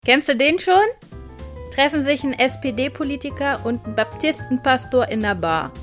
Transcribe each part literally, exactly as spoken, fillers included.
Kennst du den schon? Treffen sich ein S P D-Politiker und ein Baptistenpastor in der Bar.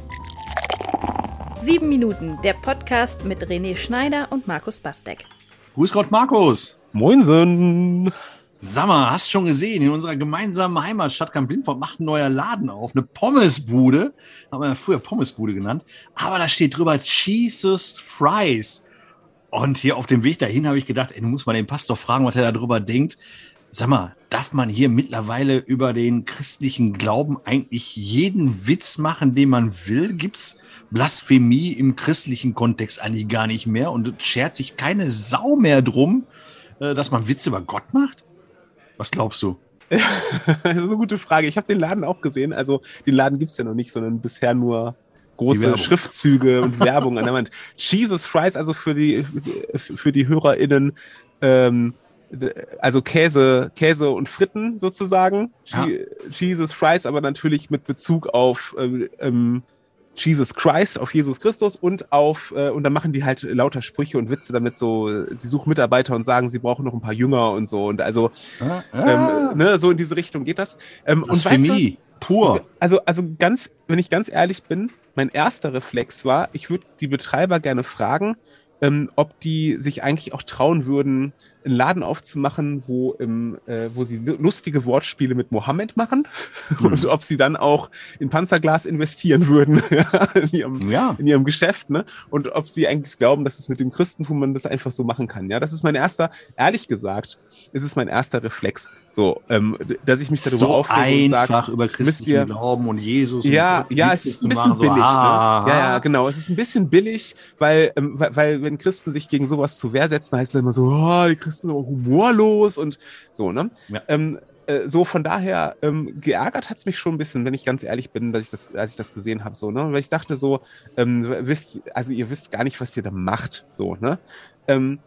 Sieben Minuten, der Podcast mit René Schneider und Markus Bastek. Grüß Gott, Markus. Moinsen. Sag mal, hast schon gesehen, in unserer gemeinsamen Heimatstadt Kamp-Lindfort macht ein neuer Laden auf, eine Pommesbude, haben wir ja früher Pommesbude genannt, aber da steht drüber Jesus Fries. Und hier auf dem Weg dahin habe ich gedacht, ey, du musst mal den Pastor fragen, was er darüber denkt. Sag mal, darf man hier mittlerweile über den christlichen Glauben eigentlich jeden Witz machen, den man will? Gibt's Blasphemie im christlichen Kontext eigentlich gar nicht mehr und schert sich keine Sau mehr drum, dass man Witze über Gott macht? Was glaubst du? Das ist eine gute Frage. Ich habe den Laden auch gesehen. Also den Laden gibt's ja noch nicht, sondern bisher nur große Schriftzüge und Werbung an der Wand. Jesus Fries, also für die für die HörerInnen, ähm, also Käse, Käse und Fritten sozusagen. Ja. Jesus Fries, aber natürlich mit Bezug auf ähm, Jesus Christ, auf Jesus Christus und auf, äh, und dann machen die halt lauter Sprüche und Witze damit so, sie suchen Mitarbeiter und sagen, sie brauchen noch ein paar Jünger und so und also, ah, ah. Ähm, ne, so in diese Richtung geht das. Ähm, und weißt du, pur. Also, also ganz, wenn ich ganz ehrlich bin, mein erster Reflex war, ich würde die Betreiber gerne fragen, ähm, ob die sich eigentlich auch trauen würden, einen Laden aufzumachen, wo im, äh, wo sie lustige Wortspiele mit Mohammed machen mhm. und ob sie dann auch in Panzerglas investieren würden in, ihrem, ja. in ihrem Geschäft, ne? Und ob sie eigentlich glauben, dass es mit dem Christentum man das einfach so machen kann. Ja, das ist mein erster, ehrlich gesagt, ist es mein erster Reflex, so, ähm, dass ich mich darüber so aufrege und sage, einfach über christlichen Glauben und Jesus. Ja, und ja, es ist ein bisschen billig. So, ah, ne? Ja, ja, genau, es ist ein bisschen billig, weil, ähm, weil, weil wenn Christen sich gegen sowas zur Wehr setzen, heißt es immer so, oh, die Christen sind humorlos und so, ne? Ja. Ähm, äh, so von daher ähm, geärgert hat's mich schon ein bisschen, wenn ich ganz ehrlich bin, dass ich das, als ich das gesehen habe, so, ne? Weil ich dachte so, ähm, wisst, also ihr wisst gar nicht, was ihr da macht, so, ne? Ähm,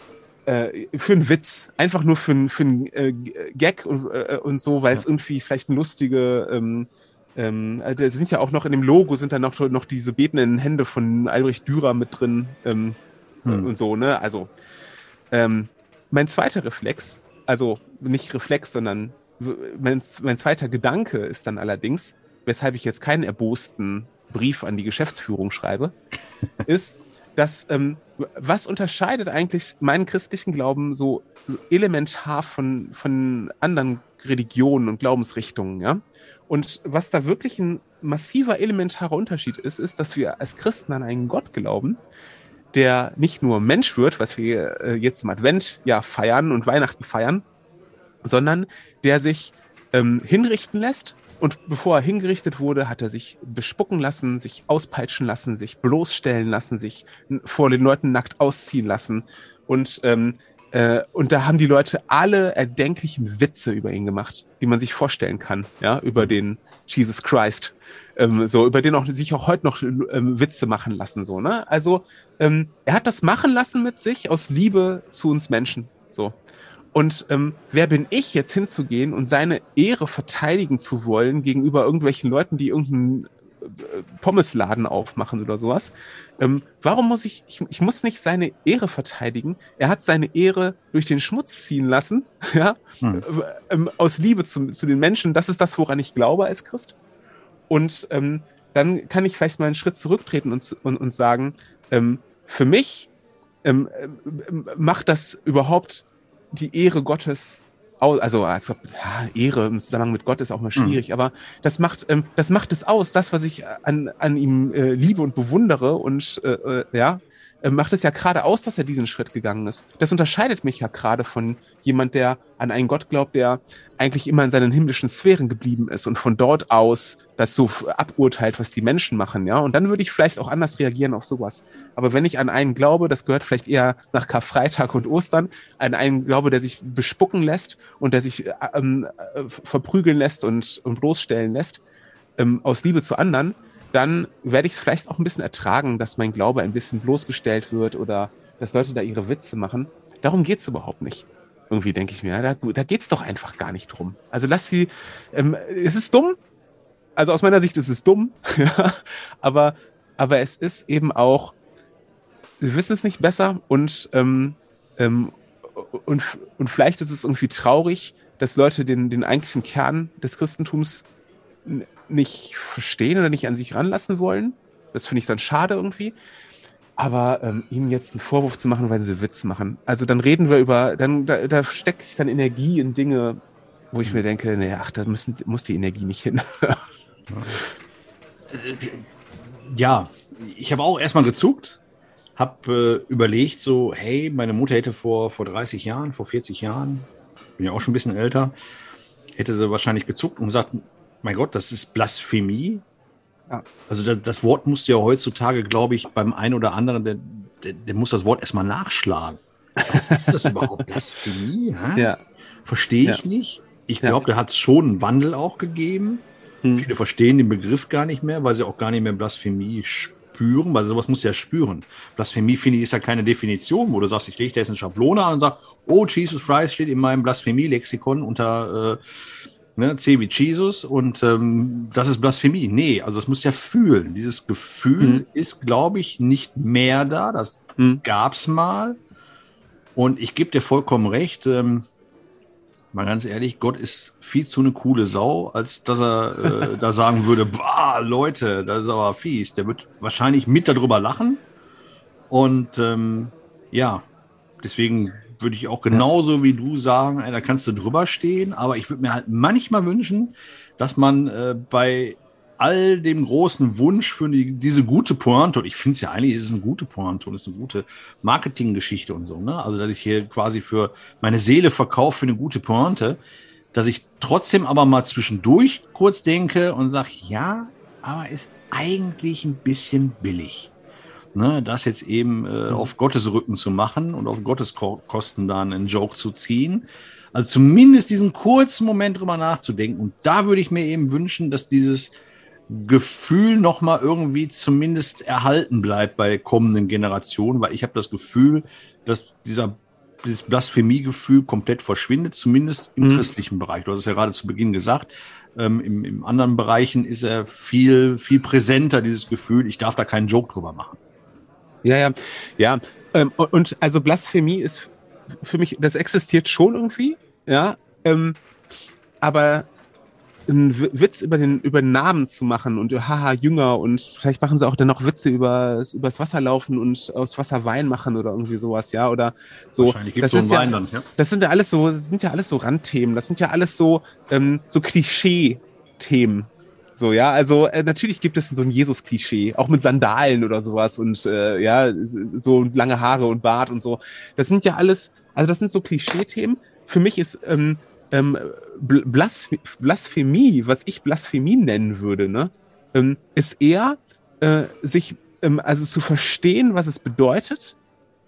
äh, für einen Witz, einfach nur für einen für einen äh, Gag und, äh, und so, weil ja. es irgendwie vielleicht eine lustige ähm, ähm, da sind ja auch noch in dem Logo sind da noch, noch diese betenden Hände von Albrecht Dürer mit drin ähm, hm. und so, ne? Also ähm, mein zweiter Reflex, also nicht Reflex, sondern mein, mein zweiter Gedanke ist dann allerdings, weshalb ich jetzt keinen erbosten Brief an die Geschäftsführung schreibe, ist, dass, ähm, was unterscheidet eigentlich meinen christlichen Glauben so elementar von, von anderen Religionen und Glaubensrichtungen, ja? Und was da wirklich ein massiver, elementarer Unterschied ist, ist, dass wir als Christen an einen Gott glauben, der nicht nur Mensch wird, was wir äh, jetzt im Advent ja feiern und Weihnachten feiern, sondern der sich ähm, hinrichten lässt und bevor er hingerichtet wurde, hat er sich bespucken lassen, sich auspeitschen lassen, sich bloßstellen lassen, sich vor den Leuten nackt ausziehen lassen und ähm, äh, und da haben die Leute alle erdenklichen Witze über ihn gemacht, die man sich vorstellen kann, ja, über den Jesus Christ. Ähm, so, über den auch sich auch heute noch ähm, Witze machen lassen, so, ne? Also, ähm, er hat das machen lassen mit sich aus Liebe zu uns Menschen, so. Und ähm, wer bin ich, jetzt hinzugehen und seine Ehre verteidigen zu wollen gegenüber irgendwelchen Leuten, die irgendeinen äh, Pommesladen aufmachen oder sowas? Ähm, warum muss ich, ich, ich muss nicht seine Ehre verteidigen. Er hat seine Ehre durch den Schmutz ziehen lassen, ja, hm. ähm, aus Liebe zu, zu den Menschen. Das ist das, woran ich glaube als Christ. Und ähm, dann kann ich vielleicht mal einen Schritt zurücktreten und, und, und sagen, ähm, für mich ähm, ähm, macht das überhaupt die Ehre Gottes aus, also, also ja, Ehre im Zusammenhang mit Gott ist auch mal schwierig, mhm. aber das macht ähm, das macht es aus, das, was ich an, an ihm äh, liebe und bewundere und äh, äh, ja, äh, macht es ja gerade aus, dass er diesen Schritt gegangen ist. Das unterscheidet mich ja gerade von jemand, der an einen Gott glaubt, der eigentlich immer in seinen himmlischen Sphären geblieben ist und von dort aus das so aburteilt, was die Menschen machen, ja. Und dann würde ich vielleicht auch anders reagieren auf sowas. Aber wenn ich an einen glaube, das gehört vielleicht eher nach Karfreitag und Ostern, an einen glaube, der sich bespucken lässt und der sich ähm, verprügeln lässt und, und bloßstellen lässt, ähm, aus Liebe zu anderen, dann werde ich es vielleicht auch ein bisschen ertragen, dass mein Glaube ein bisschen bloßgestellt wird oder dass Leute da ihre Witze machen. Darum geht's überhaupt nicht. Irgendwie denke ich mir, ja, da, da geht's doch einfach gar nicht drum. Also lass die, ähm, es ist dumm, also aus meiner Sicht ist es dumm, ja, aber, aber es ist eben auch, sie wissen es nicht besser und, ähm, ähm, und, und vielleicht ist es irgendwie traurig, dass Leute den, den eigentlichen Kern des Christentums n- nicht verstehen oder nicht an sich ranlassen wollen. Das finde ich dann schade irgendwie. Aber ähm, ihnen jetzt einen Vorwurf zu machen, weil sie Witz machen. Also dann reden wir über, dann da, da stecke ich dann Energie in Dinge, wo ich mir denke, nee, ach, da müssen, muss die Energie nicht hin. Ja, ich habe auch erstmal gezuckt, habe äh, überlegt so, hey, meine Mutter hätte vor, vor dreißig Jahren, vor vierzig Jahren, bin ja auch schon ein bisschen älter, hätte sie wahrscheinlich gezuckt und gesagt, mein Gott, das ist Blasphemie. Ja. Also das, das Wort muss ja heutzutage, glaube ich, beim einen oder anderen, der, der, der muss das Wort erstmal nachschlagen. Was ist das überhaupt? Blasphemie? Hä? Ja. Verstehe ich ja. nicht. Ich glaube, ja. da hat es schon einen Wandel auch gegeben. Hm. Viele verstehen den Begriff gar nicht mehr, weil sie auch gar nicht mehr Blasphemie spüren, weil sowas muss ja spüren. Blasphemie, finde ich, ist ja keine Definition, wo du sagst, ich lege da jetzt eine Schablone an und sage, oh, Jesus Christ steht in meinem Blasphemie-Lexikon unter äh, ne, C wie Jesus und ähm, das ist Blasphemie. Nee, also es muss ja fühlen. Dieses Gefühl hm. ist, glaube ich, nicht mehr da. Das hm. gab es mal. Und ich gebe dir vollkommen recht, ähm, mal ganz ehrlich, Gott ist viel zu eine coole Sau, als dass er äh, da sagen würde, bah, Leute, das ist aber fies. Der wird wahrscheinlich mit darüber lachen. Und ähm, ja, deswegen würde ich auch genauso wie du sagen, ey, da kannst du drüber stehen. Aber ich würde mir halt manchmal wünschen, dass man äh, bei all dem großen Wunsch für die, diese gute Pointe, und ich finde es ja eigentlich, ist es eine gute Pointe und es ist eine gute Marketinggeschichte und so, ne? Also, dass ich hier quasi für meine Seele verkaufe für eine gute Pointe, dass ich trotzdem aber mal zwischendurch kurz denke und sage, ja, aber ist eigentlich ein bisschen billig. Ne, das jetzt eben äh, auf Gottes Rücken zu machen und auf Gottes Ko- Kosten dann einen Joke zu ziehen. Also zumindest diesen kurzen Moment drüber nachzudenken. Und da würde ich mir eben wünschen, dass dieses Gefühl nochmal irgendwie zumindest erhalten bleibt bei kommenden Generationen, weil ich habe das Gefühl, dass dieser dieses Blasphemie-Gefühl komplett verschwindet, zumindest im mhm. christlichen Bereich. Du hast es ja gerade zu Beginn gesagt. Ähm, im, im anderen Bereichen ist er viel, viel präsenter, dieses Gefühl, ich darf da keinen Joke drüber machen. Ja, ja, ja. Ähm, und also Blasphemie ist für mich, das existiert schon irgendwie, ja. Ähm, aber einen Witz über den, über den Namen zu machen und haha, Jünger und vielleicht machen sie auch dann noch Witze über übers Wasser laufen und aus Wasser Wein machen oder irgendwie sowas, ja, oder so. Wahrscheinlich gibt es so einen Wein ja, dann, ja. Das sind ja alles so, das sind ja alles so Randthemen, das sind ja alles so, ähm, so Klischee-Themen. So, ja, also äh, natürlich gibt es so ein Jesus-Klischee, auch mit Sandalen oder sowas und äh, ja, so lange Haare und Bart und so. Das sind ja alles, also das sind so Klischee-Themen. Für mich ist ähm, ähm, Blasph- Blasphemie, was ich Blasphemie nennen würde, ne, ähm, ist eher äh, sich, ähm, also zu verstehen, was es bedeutet,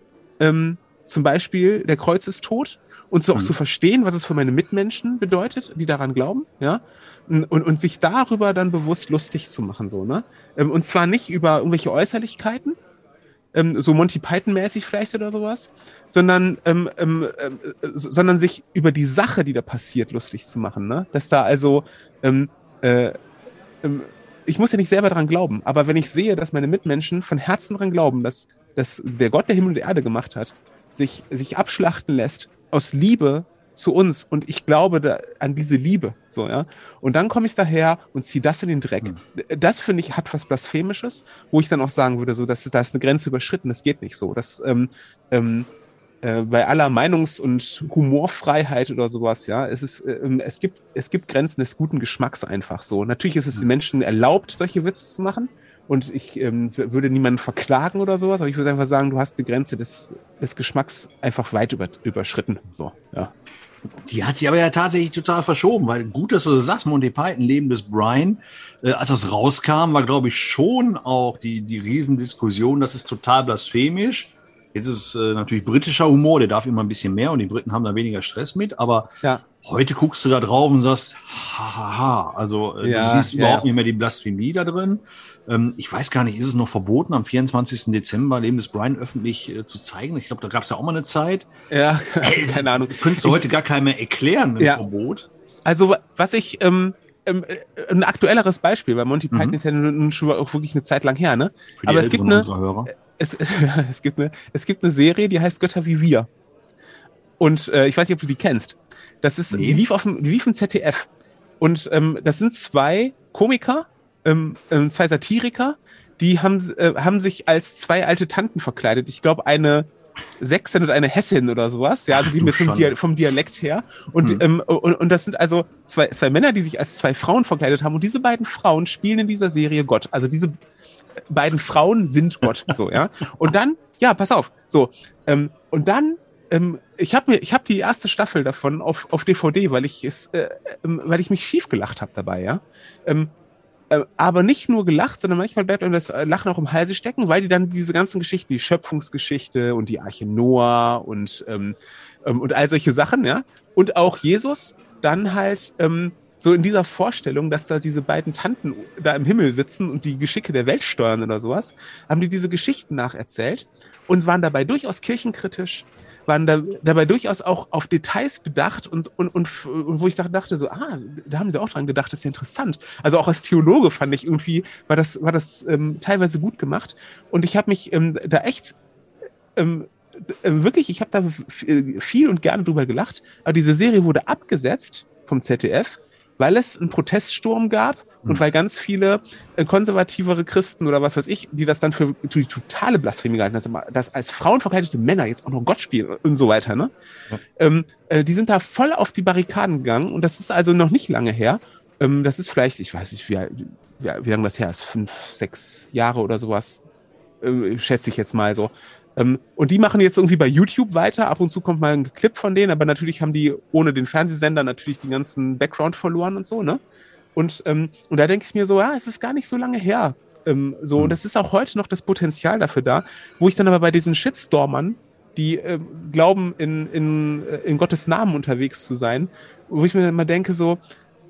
ähm, zum Beispiel der Kreuzestod, und so auch mhm. zu verstehen, was es für meine Mitmenschen bedeutet, die daran glauben, ja, und, und sich darüber dann bewusst lustig zu machen, so, ne, ähm, und zwar nicht über irgendwelche Äußerlichkeiten, ähm, so Monty Python-mäßig vielleicht oder sowas, sondern, ähm, ähm, äh, sondern sich über die Sache, die da passiert, lustig zu machen, ne, dass da also, ähm, äh, ähm, ich muss ja nicht selber dran glauben, aber wenn ich sehe, dass meine Mitmenschen von Herzen dran glauben, dass, dass der Gott der Himmel und die Erde gemacht hat, sich, sich abschlachten lässt, aus Liebe zu uns, und ich glaube da an diese Liebe, so, ja. Und dann komme ich daher und ziehe das in den Dreck. Mhm. Das, finde ich, hat was Blasphemisches, wo ich dann auch sagen würde, so, dass da ist eine Grenze überschritten, das geht nicht so. Das, ähm, ähm, äh, bei aller Meinungs- und Humorfreiheit oder sowas, ja, es ist, ähm, es gibt, es gibt Grenzen des guten Geschmacks einfach so. Natürlich ist es mhm. den Menschen erlaubt, solche Witze zu machen. Und ich ähm, würde niemanden verklagen oder sowas, aber ich würde einfach sagen, du hast die Grenze des, des Geschmacks einfach weit über, überschritten. So, ja. Die hat sich aber ja tatsächlich total verschoben, weil gut, dass du das sagst, Monty Python, Leben des Brian, äh, als das rauskam, war, glaube ich, schon auch die, die Riesendiskussion, das ist total blasphemisch. Jetzt ist es äh, natürlich britischer Humor, der darf immer ein bisschen mehr und die Briten haben da weniger Stress mit, aber ja. Heute guckst du da drauf und sagst, hahaha, also äh, ja, du siehst ja, überhaupt ja. nicht mehr die Blasphemie da drin. Ähm, ich weiß gar nicht, ist es noch verboten, am vierundzwanzigsten Dezember Leben des Brian öffentlich äh, zu zeigen? Ich glaube, da gab es ja auch mal eine Zeit. Ja, Ey, keine Ahnung. Könntest du ich, heute gar keinem mehr erklären, ein ja. Verbot? Also, was ich, ähm, ähm, ein aktuelleres Beispiel, weil Monty Python mhm. ist ja nun schon auch wirklich eine Zeit lang her, ne? Für die Aber es gibt eine, eine, Hörer. Es, es, es, gibt eine, es gibt eine Serie, die heißt Götter wie wir. Und äh, ich weiß nicht, ob du die kennst. Das ist, nee. die, lief auf dem, die lief im Z D F. Und ähm, das sind zwei Komiker, ähm, ähm, zwei Satiriker, die haben, äh, haben sich als zwei alte Tanten verkleidet. Ich glaube, eine Sächsin und eine Hessin oder sowas, ja, also die mit vom, Dia- vom Dialekt her. Und, hm. ähm, und, und das sind also zwei, zwei Männer, die sich als zwei Frauen verkleidet haben. Und diese beiden Frauen spielen in dieser Serie Gott. Also diese beiden Frauen sind Gott, so, ja. Und dann, ja, pass auf, so, ähm, und dann, ähm, ich habe mir, ich habe die erste Staffel davon auf, auf D V D, weil ich es, äh, ähm, weil ich mich schief gelacht habe dabei, ja. Ähm, äh, aber nicht nur gelacht, sondern manchmal bleibt einem das Lachen auch im Halse stecken, weil die dann diese ganzen Geschichten, die Schöpfungsgeschichte und die Arche Noah und, ähm, ähm, und all solche Sachen, ja. Und auch Jesus dann halt, ähm, so in dieser Vorstellung, dass da diese beiden Tanten da im Himmel sitzen und die Geschicke der Welt steuern oder sowas, haben die diese Geschichten nacherzählt und waren dabei durchaus kirchenkritisch, waren da, dabei durchaus auch auf Details bedacht und, und, und, und wo ich dachte so, ah, da haben sie auch dran gedacht, das ist ja interessant. Also auch als Theologe fand ich irgendwie, war das, war das ähm, teilweise gut gemacht und ich habe mich ähm, da echt ähm, wirklich, ich habe da viel und gerne drüber gelacht, aber diese Serie wurde abgesetzt vom Z D F, weil es einen Proteststurm gab und mhm. weil ganz viele äh, konservativere Christen oder was weiß ich, die das dann für die totale Blasphemie gehalten haben, dass als Frauen verkleidete Männer jetzt auch noch Gott spielen und so weiter, ne? Ja. Ähm, äh, die sind da voll auf die Barrikaden gegangen und das ist also noch nicht lange her. Ähm, das ist vielleicht, ich weiß nicht, wie, wie, wie lange das her ist, fünf, sechs Jahre oder sowas, äh, schätze ich jetzt mal so. Ähm, und die machen jetzt irgendwie bei YouTube weiter. Ab und zu kommt mal ein Clip von denen, aber natürlich haben die ohne den Fernsehsender natürlich den ganzen Background verloren und so, ne? Und, ähm, und da denke ich mir so, ja, es ist gar nicht so lange her. Ähm, so, und das ist auch heute noch das Potenzial dafür da, wo ich dann aber bei diesen Shitstormern, die äh, glauben, in, in, in Gottes Namen unterwegs zu sein, wo ich mir dann immer denke, so,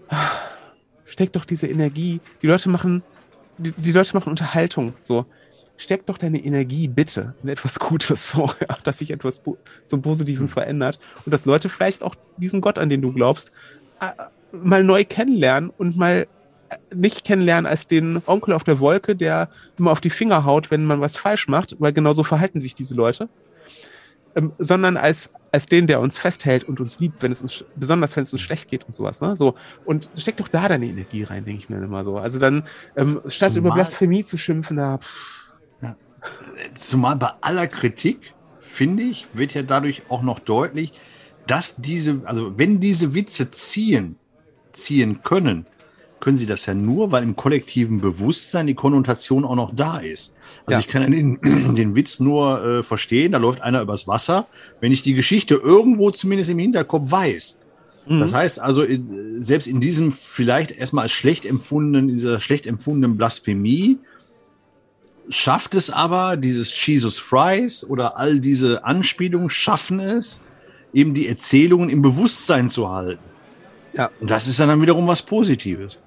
steck doch diese Energie. Die Leute machen, die, die Leute machen Unterhaltung, so. Steck doch deine Energie bitte in etwas Gutes, so, ja, dass sich etwas po- zum Positiven mhm. verändert und dass Leute vielleicht auch diesen Gott, an den du glaubst, äh, mal neu kennenlernen und mal nicht kennenlernen als den Onkel auf der Wolke, der immer auf die Finger haut, wenn man was falsch macht, weil genauso verhalten sich diese Leute, ähm, sondern als als den, der uns festhält und uns liebt, wenn es uns, besonders wenn es uns schlecht geht und sowas, ne? So, und steck doch da deine Energie rein, denke ich mir immer so. Also dann, ähm, statt über Blasphemie zu schimpfen, da pff, ja. Zumal bei aller Kritik, finde ich, wird ja dadurch auch noch deutlich, dass diese, also wenn diese Witze ziehen, ziehen können, können sie das ja nur, weil im kollektiven Bewusstsein die Konnotation auch noch da ist. Also ja. ich kann den, den Witz nur äh, verstehen, da läuft einer übers Wasser, wenn ich die Geschichte irgendwo zumindest im Hinterkopf weiß. Mhm. Das heißt also, selbst in diesem vielleicht erstmal als schlecht empfundenen, dieser schlecht empfundenen Blasphemie, schafft es aber, dieses Jesus Fries oder all diese Anspielungen schaffen es, eben die Erzählungen im Bewusstsein zu halten. Ja. Und das ist dann wiederum was Positives.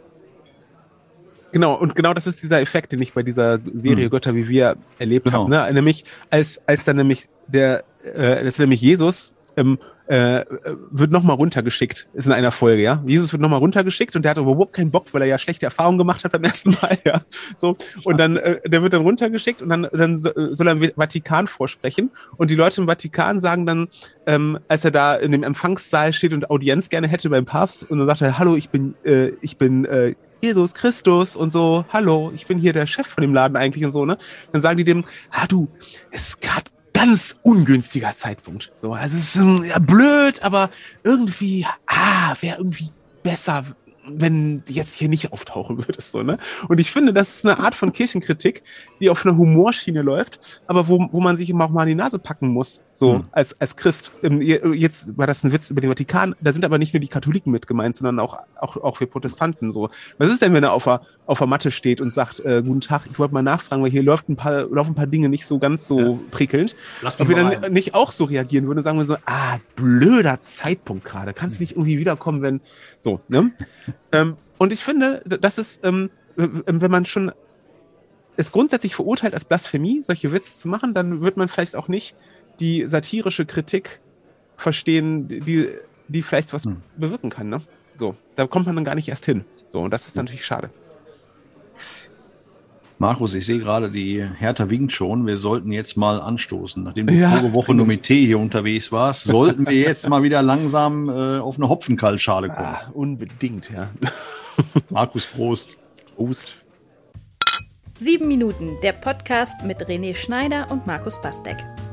Genau, und genau das ist dieser Effekt, den ich bei dieser Serie hm. Götter wie wir erlebt genau. habe. Ne? Nämlich, als, als dann nämlich der, äh, das ist nämlich Jesus, ähm, äh, wird nochmal runtergeschickt, ist in einer Folge, ja. Jesus wird nochmal runtergeschickt und der hat überhaupt keinen Bock, weil er ja schlechte Erfahrungen gemacht hat beim ersten Mal, ja. So. Und dann, äh, der wird dann runtergeschickt und dann, dann soll er im Vatikan vorsprechen und die Leute im Vatikan sagen dann, ähm, als er da in dem Empfangssaal steht und Audienz gerne hätte beim Papst und dann sagt er, hallo, ich bin, äh, ich bin, äh, Jesus Christus und so, hallo, ich bin hier der Chef von dem Laden eigentlich und so, ne? Dann sagen die dem, ah du, es ist gerade ganz ungünstiger Zeitpunkt. So, also es ist ähm, ja, blöd, aber irgendwie, ah, wäre irgendwie besser, wenn du jetzt hier nicht auftauchen würdest, so, ne? Und ich finde, das ist eine Art von Kirchenkritik, die auf einer Humorschiene läuft, aber wo, wo man sich immer auch mal an die Nase packen muss, so, hm. als, als Christ. Jetzt war das ein Witz über den Vatikan, da sind aber nicht nur die Katholiken mit gemeint, sondern auch, auch, auch wir Protestanten, so. Was ist denn, wenn er auf der, auf der Matte steht und sagt, äh, guten Tag, ich wollte mal nachfragen, weil hier läuft ein paar, laufen ein paar Dinge nicht so ganz so ja. prickelnd. Ob wir dann rein. nicht auch so reagieren würden, sagen wir so, ah, blöder Zeitpunkt gerade, kannst du nicht irgendwie wiederkommen, wenn, so, ne? ähm, und ich finde, das ist, ähm, wenn man schon es grundsätzlich verurteilt als Blasphemie, solche Witze zu machen, dann wird man vielleicht auch nicht die satirische Kritik verstehen, die, die vielleicht was hm. bewirken kann, ne? So, da kommt man dann gar nicht erst hin. So, und das ist natürlich schade. Markus, ich sehe gerade, die Hertha winkt schon. Wir sollten jetzt mal anstoßen. Nachdem du Ja, vorige Woche nur mit Tee hier unterwegs warst, sollten wir jetzt mal wieder langsam äh, auf eine Hopfenkaltschale kommen. Ah, unbedingt, ja. Markus, Prost. Prost. Sieben Minuten, der Podcast mit René Schneider und Markus Bastek.